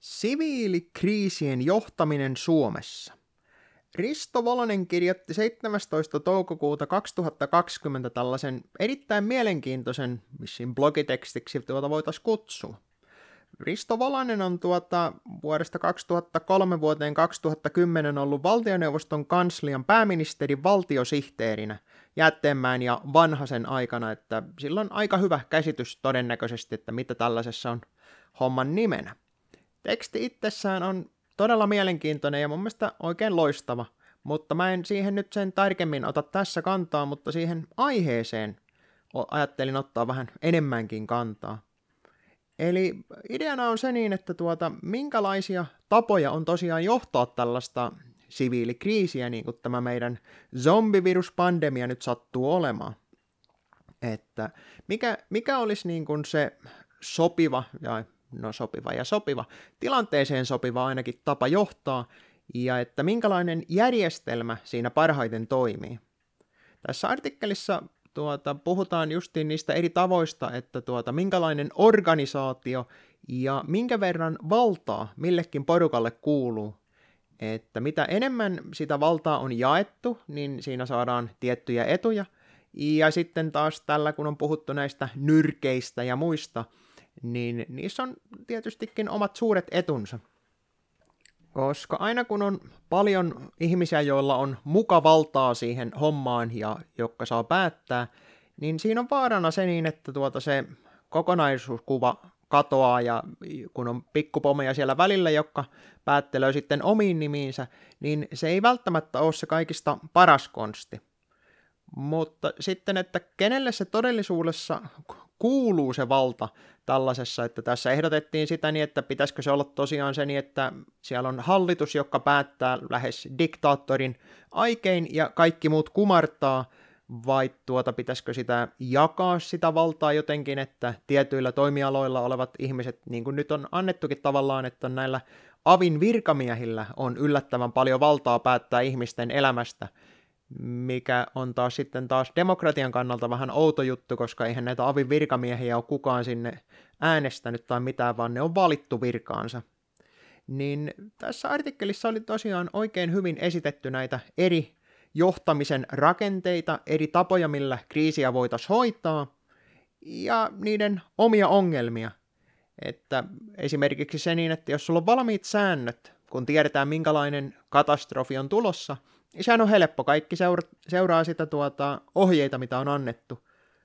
Siviilikriisien johtaminen Suomessa. Risto Volonen kirjoitti 17. toukokuuta 2020 tällaisen erittäin mielenkiintoisen, vissiin blogitekstiksi voitaisiin kutsua. Risto Volonen on vuodesta 2003 vuoteen 2010 ollut valtioneuvoston kanslian pääministerin valtiosihteerinä Jäätteenmäen ja Vanhasen aikana, että sillä on aika hyvä käsitys todennäköisesti, että mitä tällaisessa on homman nimenä. Teksti itsessään on todella mielenkiintoinen ja mun mielestä oikein loistava, mutta mä en siihen nyt sen tarkemmin ota tässä kantaa, mutta siihen aiheeseen ajattelin ottaa vähän enemmänkin kantaa. Eli ideana on se niin, että minkälaisia tapoja on tosiaan johtaa tällaista siviilikriisiä, niin kuin tämä meidän zombiviruspandemia nyt sattuu olemaan. Että mikä olisi niin kuin se sopiva, tilanteeseen sopiva ainakin tapa johtaa, ja että minkälainen järjestelmä siinä parhaiten toimii. Tässä artikkelissa puhutaan justiin niistä eri tavoista, että minkälainen organisaatio ja minkä verran valtaa millekin porukalle kuuluu. Että mitä enemmän sitä valtaa on jaettu, niin siinä saadaan tiettyjä etuja. Ja sitten taas tällä, kun on puhuttu näistä nyrkeistä ja muista, niin niissä on tietystikin omat suuret etunsa. Koska aina kun on paljon ihmisiä, joilla on muka valtaa siihen hommaan ja jotka saa päättää, niin siinä on vaarana se niin, että se kokonaisuuskuva katoaa ja kun on pikkupomeja siellä välillä, jotka päättelöi sitten omiin nimiinsä, niin se ei välttämättä ole se kaikista paras konsti. Mutta sitten, että kenelle se todellisuudessa kuuluu se valta tällaisessa, että tässä ehdotettiin sitä niin, että pitäisikö se olla tosiaan se niin, että siellä on hallitus, joka päättää lähes diktaattorin aikein ja kaikki muut kumartaa, vai pitäisikö sitä jakaa sitä valtaa jotenkin, että tietyillä toimialoilla olevat ihmiset, niin kuin nyt on annettukin tavallaan, että näillä avin virkamiehillä on yllättävän paljon valtaa päättää ihmisten elämästä, mikä on taas demokratian kannalta vähän outo juttu, koska eihän näitä avin virkamiehiä ole kukaan sinne äänestänyt tai mitään, vaan ne on valittu virkaansa. Niin tässä artikkelissa oli tosiaan oikein hyvin esitetty näitä eri johtamisen rakenteita, eri tapoja, millä kriisiä voitaisiin hoitaa, ja niiden omia ongelmia. Että esimerkiksi se niin, että jos sulla on valmiit säännöt, kun tiedetään minkälainen katastrofi on tulossa, niin sehän on helppo, kaikki seuraa sitä ohjeita, mitä on annettu,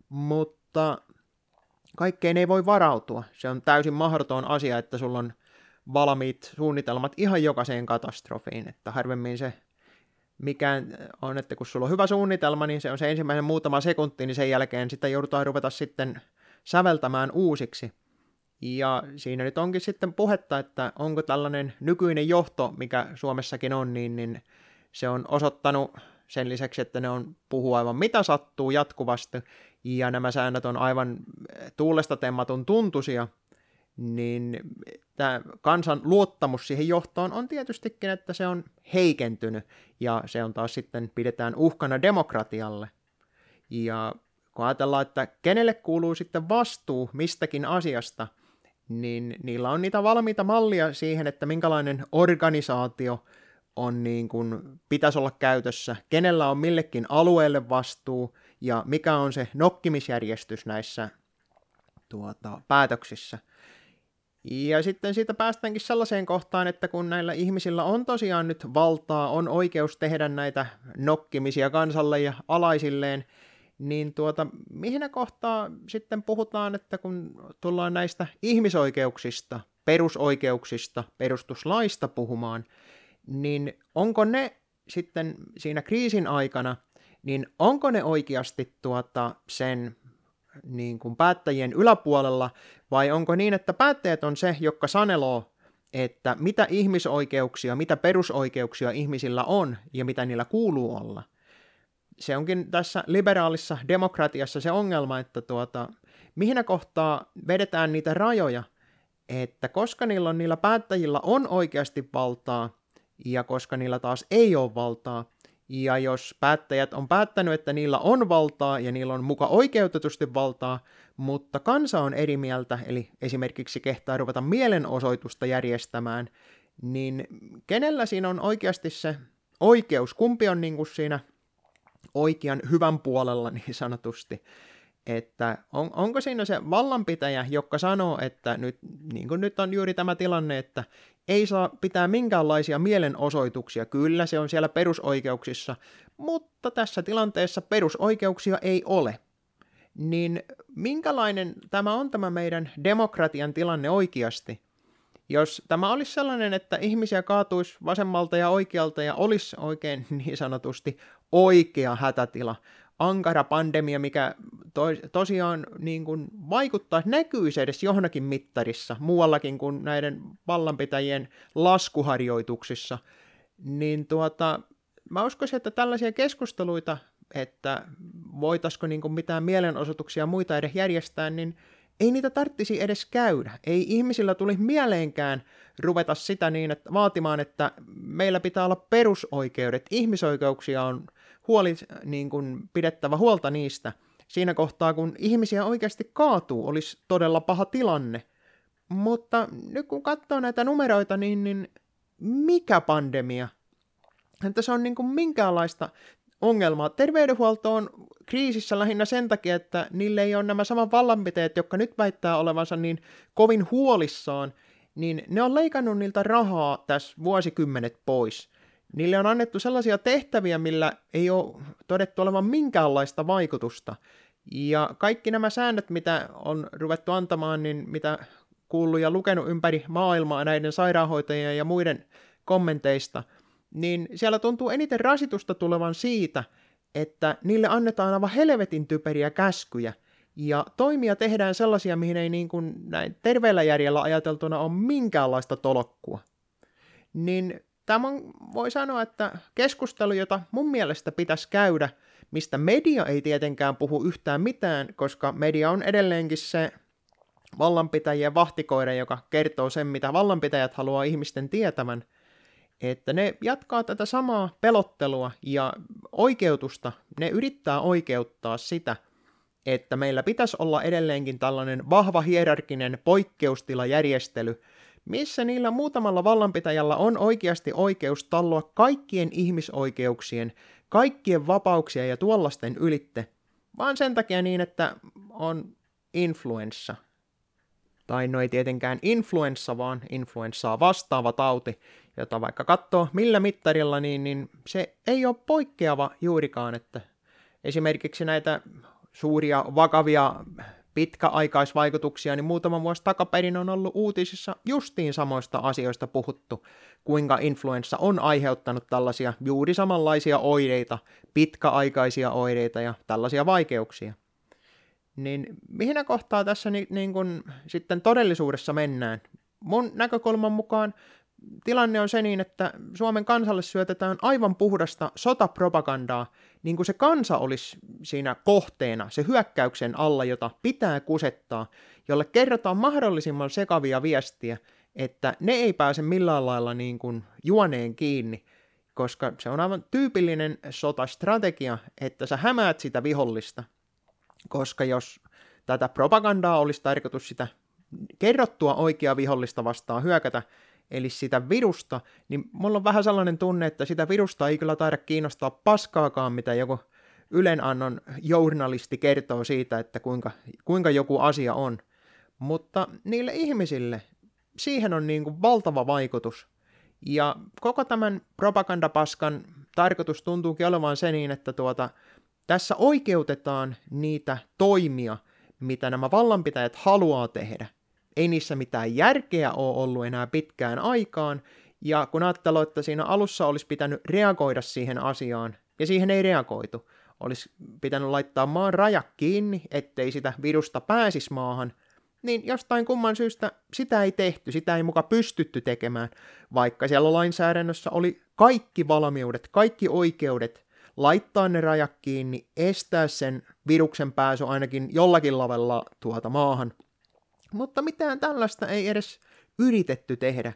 mutta kaikkeen ei voi varautua. Se on täysin mahdoton asia, että sulla on valmiit suunnitelmat ihan jokaiseen katastrofiin, että harvemmin se mikään on, että kun sulla on hyvä suunnitelma, niin se on se ensimmäisen muutama sekunti, niin sen jälkeen sitä joudutaan ruveta sitten säveltämään uusiksi. Ja siinä nyt onkin sitten puhetta, että onko tällainen nykyinen johto, mikä Suomessakin on, niin se on osoittanut sen lisäksi, että ne on puhuu aivan mitä sattuu jatkuvasti, ja nämä säännöt on aivan tuulesta temmatun tuntuisia, niin tämä kansan luottamus siihen johtoon on tietystikin, että se on heikentynyt, ja se on taas sitten pidetään uhkana demokratialle. Ja kun ajatellaan, että kenelle kuuluu sitten vastuu mistäkin asiasta, niin niillä on niitä valmiita mallia siihen, että minkälainen organisaatio on niin kuin pitäisi olla käytössä, kenellä on millekin alueelle vastuu ja mikä on se nokkimisjärjestys näissä päätöksissä. Ja sitten siitä päästäänkin sellaiseen kohtaan, että kun näillä ihmisillä on tosiaan nyt valtaa, on oikeus tehdä näitä nokkimisia kansalle ja alaisilleen, niin mihin kohtaa sitten puhutaan, että kun tullaan näistä ihmisoikeuksista, perusoikeuksista, perustuslaista puhumaan, niin onko ne sitten siinä kriisin aikana, niin onko ne oikeasti sen niin kuin päättäjien yläpuolella, vai onko niin, että päättäjät on se, joka saneloo, että mitä ihmisoikeuksia, mitä perusoikeuksia ihmisillä on ja mitä niillä kuuluu olla. Se onkin tässä liberaalissa demokratiassa se ongelma, että mihin kohtaa vedetään niitä rajoja, että koska niillä päättäjillä on oikeasti valtaa, ja koska niillä taas ei ole valtaa, Ja jos päättäjät on päättänyt, että niillä on valtaa ja niillä on muka oikeutetusti valtaa, mutta kansa on eri mieltä, eli esimerkiksi kehtaa ruveta mielenosoitusta järjestämään, niin kenellä siinä on oikeasti se oikeus, kumpi on niin kuin siinä oikean hyvän puolella niin sanotusti, että onko siinä se vallanpitäjä, joka sanoo, että nyt, niin kuin nyt on juuri tämä tilanne, että ei saa pitää minkäänlaisia mielenosoituksia, kyllä se on siellä perusoikeuksissa, mutta tässä tilanteessa perusoikeuksia ei ole. Niin minkälainen tämä on tämä meidän demokratian tilanne oikeasti? Jos tämä olisi sellainen, että ihmisiä kaatuisi vasemmalta ja oikealta ja olisi oikein niin sanotusti oikea hätätila, ankara pandemia, mikä tosiaan niin kuin vaikuttaa, näkyisi edes johonkin mittarissa, muuallakin kuin näiden vallanpitäjien laskuharjoituksissa, niin mä uskoisin, että tällaisia keskusteluita, että voitaisiko niin kuin mitään mielenosoituksia ja muita edes järjestää, niin ei niitä tarvitsisi edes käydä. Ei ihmisillä tulisi mieleenkään ruveta sitä niin, että vaatimaan, että meillä pitää olla perusoikeudet, ihmisoikeuksia on niin kuin pidettävä huolta niistä. Siinä kohtaa, kun ihmisiä oikeasti kaatuu, olisi todella paha tilanne. Mutta nyt kun katsoo näitä numeroita, niin mikä pandemia? Että se on niin kuin minkäänlaista ongelmaa. Terveydenhuolto on kriisissä lähinnä sen takia, että niille ei ole nämä samat vallanpitäjät, jotka nyt väittää olevansa niin kovin huolissaan, niin ne on leikannut niiltä rahaa tässä vuosikymmenet pois. Niille on annettu sellaisia tehtäviä, millä ei ole todettu olevan minkäänlaista vaikutusta. Ja kaikki nämä säännöt, mitä on ruvettu antamaan, niin mitä kuullut ja lukenut ympäri maailmaa näiden sairaanhoitajien ja muiden kommenteista, niin siellä tuntuu eniten rasitusta tulevan siitä, että niille annetaan aivan helvetin typeriä käskyjä, ja toimia tehdään sellaisia, mihin ei niin kuin näin terveellä järjellä ajateltuna ole minkäänlaista tolokkua. Niin tämä voi sanoa, että keskustelu, jota mun mielestä pitäisi käydä, mistä media ei tietenkään puhu yhtään mitään, koska media on edelleenkin se vallanpitäjien vahtikoira, joka kertoo sen, mitä vallanpitäjät haluaa ihmisten tietävän, että ne jatkaa tätä samaa pelottelua ja oikeutusta, ne yrittää oikeuttaa sitä, että meillä pitäisi olla edelleenkin tällainen vahva hierarkinen poikkeustilajärjestely, missä niillä muutamalla vallanpitäjällä on oikeasti oikeus talloa kaikkien ihmisoikeuksien, kaikkien vapauksia ja tuollaisten ylitte, vaan sen takia niin, että on influenssa. Tai no ei tietenkään influenssa, vaan influenssaa vastaava tauti, jota vaikka katsoo millä mittarilla, niin se ei ole poikkeava juurikaan, että esimerkiksi näitä suuria, vakavia, pitkäaikaisvaikutuksia, niin muutama vuosi takaperin on ollut uutisissa justiin samoista asioista puhuttu, kuinka influenssa on aiheuttanut tällaisia juuri samanlaisia oireita, pitkäaikaisia oireita ja tällaisia vaikeuksia. Niin mihin kohtaa tässä niin kun sitten todellisuudessa mennään? Mun näkökulman mukaan tilanne on se niin, että Suomen kansalle syötetään aivan puhdasta sotapropagandaa, niin kuin se kansa olisi siinä kohteena, se hyökkäyksen alla, jota pitää kusettaa, jolle kerrotaan mahdollisimman sekavia viestiä, että ne ei pääse millään lailla niin kuin juoneen kiinni, koska se on aivan tyypillinen sotastrategia, että sä hämäät sitä vihollista, koska jos tätä propagandaa olisi tarkoitus sitä kerrottua oikeaa vihollista vastaan hyökätä, eli sitä virusta, niin mulla on vähän sellainen tunne, että sitä virusta ei kyllä taida kiinnostaa paskaakaan, mitä joku Ylenannon journalisti kertoo siitä, että kuinka joku asia on. Mutta niille ihmisille, siihen on niin kuin valtava vaikutus. Ja koko tämän propagandapaskan tarkoitus tuntuukin olevan se niin, että tässä oikeutetaan niitä toimia, mitä nämä vallanpitäjät haluaa tehdä. Ei niissä mitään järkeä ole ollut enää pitkään aikaan, ja kun ajatteluu, että siinä alussa olisi pitänyt reagoida siihen asiaan, ja siihen ei reagoitu, olisi pitänyt laittaa maan raja kiinni, ettei sitä virusta pääsisi maahan, niin jostain kumman syystä sitä ei tehty, sitä ei muka pystytty tekemään, vaikka siellä lainsäädännössä oli kaikki valmiudet, kaikki oikeudet laittaa ne rajat kiinni, estää sen viruksen pääsy ainakin jollakin lavella maahan. Mutta mitään tällaista ei edes yritetty tehdä.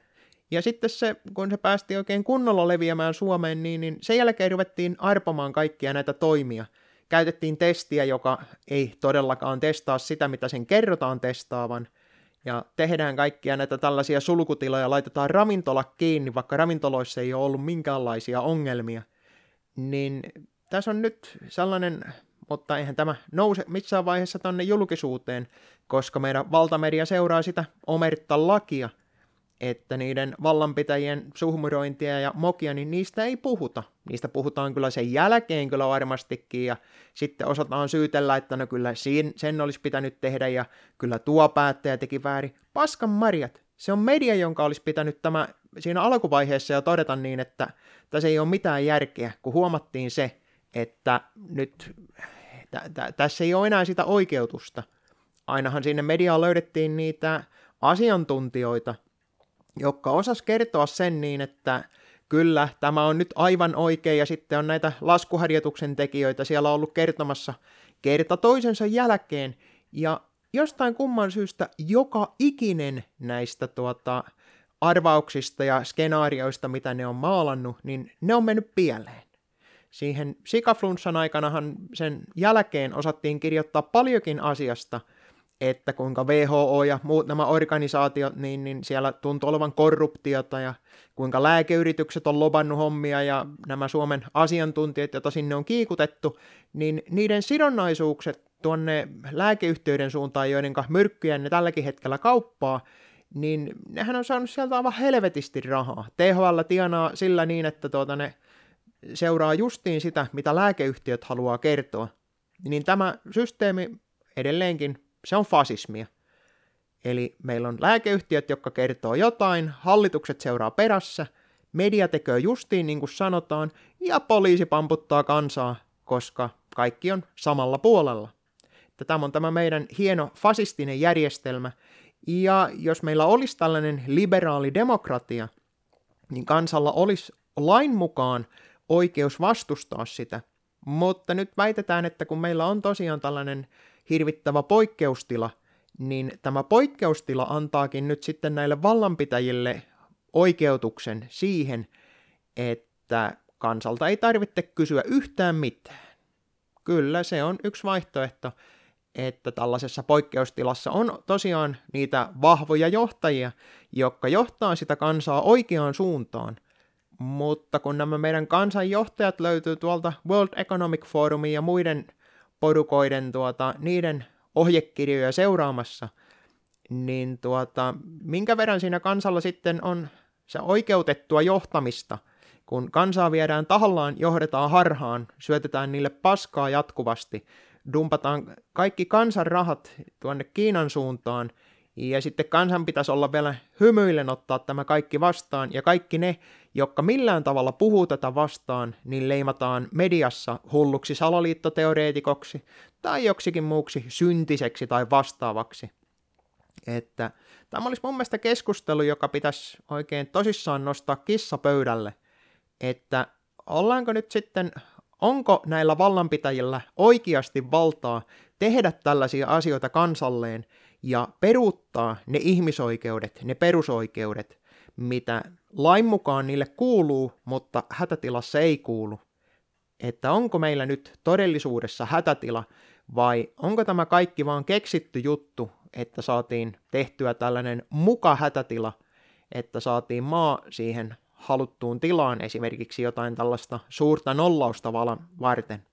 Ja sitten kun se päästi oikein kunnolla leviämään Suomeen, niin sen jälkeen ruvettiin arpomaan kaikkia näitä toimia. Käytettiin testiä, joka ei todellakaan testaa sitä, mitä sen kerrotaan testaavan, ja tehdään kaikkia näitä tällaisia sulkutiloja, laitetaan ravintola kiinni, vaikka ravintoloissa ei ole ollut minkäänlaisia ongelmia. Niin tässä on nyt sellainen, mutta eihän tämä nouse missään vaiheessa tonne julkisuuteen, koska meidän valtamedia seuraa sitä omertta lakia, että niiden vallanpitäjien suhmurointia ja mokia, niin niistä ei puhuta. Niistä puhutaan kyllä sen jälkeen kyllä varmastikin, ja sitten osataan syytellä, että no kyllä sen olisi pitänyt tehdä, ja kyllä tuo päättäjä teki väärin. Paskan marjat, se on media, jonka olisi pitänyt tämä siinä alkuvaiheessa jo todeta niin, että tässä ei ole mitään järkeä, kun huomattiin se, että nyt tässä ei ole enää sitä oikeutusta. Ainahan sinne mediaan löydettiin niitä asiantuntijoita, jotka osas kertoa sen niin, että kyllä, tämä on nyt aivan oikein, ja sitten on näitä laskuharjoituksen tekijöitä siellä ollut kertomassa kerta toisensa jälkeen, ja jostain kumman syystä joka ikinen näistä arvauksista ja skenaarioista, mitä ne on maalannut, niin ne on mennyt pieleen. Siihen sikaflunssan aikanahan sen jälkeen osattiin kirjoittaa paljonkin asiasta, että kuinka WHO ja muut nämä organisaatiot, niin siellä tuntuu olevan korruptiota, ja kuinka lääkeyritykset on lobannut hommia, ja nämä Suomen asiantuntijat, joita sinne on kiikutettu, niin niiden sidonnaisuukset tuonne lääkeyhtiöiden suuntaan, joiden myrkkyjä ne tälläkin hetkellä kauppaa, niin nehän on saanut sieltä aivan helvetisti rahaa. THL tienaa sillä niin, että ne seuraa justiin sitä, mitä lääkeyhtiöt haluaa kertoa. Niin tämä systeemi edelleenkin, se on fasismia. Eli meillä on lääkeyhtiöt, jotka kertoo jotain, hallitukset seuraa perässä, media tekee justiin niin kuin sanotaan, ja poliisi pamputtaa kansaa, koska kaikki on samalla puolella. Tämä on tämä meidän hieno fasistinen järjestelmä, ja jos meillä olisi tällainen liberaali demokratia, niin kansalla olisi lain mukaan oikeus vastustaa sitä. Mutta nyt väitetään, että kun meillä on tosiaan tällainen hirvittävä poikkeustila, niin tämä poikkeustila antaakin nyt sitten näille vallanpitäjille oikeutuksen siihen, että kansalta ei tarvitse kysyä yhtään mitään. Kyllä, se on yksi vaihtoehto, että tällaisessa poikkeustilassa on tosiaan niitä vahvoja johtajia, jotka johtaa sitä kansaa oikeaan suuntaan. Mutta kun nämä meidän kansanjohtajat löytyy tuolta World Economic Forumin ja muiden porukoiden niiden ohjekirjoja seuraamassa, niin minkä verran siinä kansalla sitten on se oikeutettua johtamista, kun kansaa viedään tahallaan, johdetaan harhaan, syötetään niille paskaa jatkuvasti, dumpataan kaikki kansan rahat tuonne Kiinan suuntaan, ja sitten kansan pitäisi olla vielä hymyillen ottaa tämä kaikki vastaan, ja kaikki ne, jotka millään tavalla puhuu tätä vastaan, niin leimataan mediassa hulluksi salaliittoteoreetikoksi tai joksikin muuksi syntiseksi tai vastaavaksi. Että tämä olisi mun mielestä keskustelu, joka pitäisi oikein tosissaan nostaa kissapöydälle, että ollaanko nyt sitten, onko näillä vallanpitäjillä oikeasti valtaa tehdä tällaisia asioita kansalleen ja peruuttaa ne ihmisoikeudet, ne perusoikeudet, mitä lain mukaan niille kuuluu, mutta hätätilassa ei kuulu. Että onko meillä nyt todellisuudessa hätätila, vai onko tämä kaikki vaan keksitty juttu, että saatiin tehtyä tällainen muka-hätätila, että saatiin maa siihen haluttuun tilaan, esimerkiksi jotain tällaista suurta nollausta varten.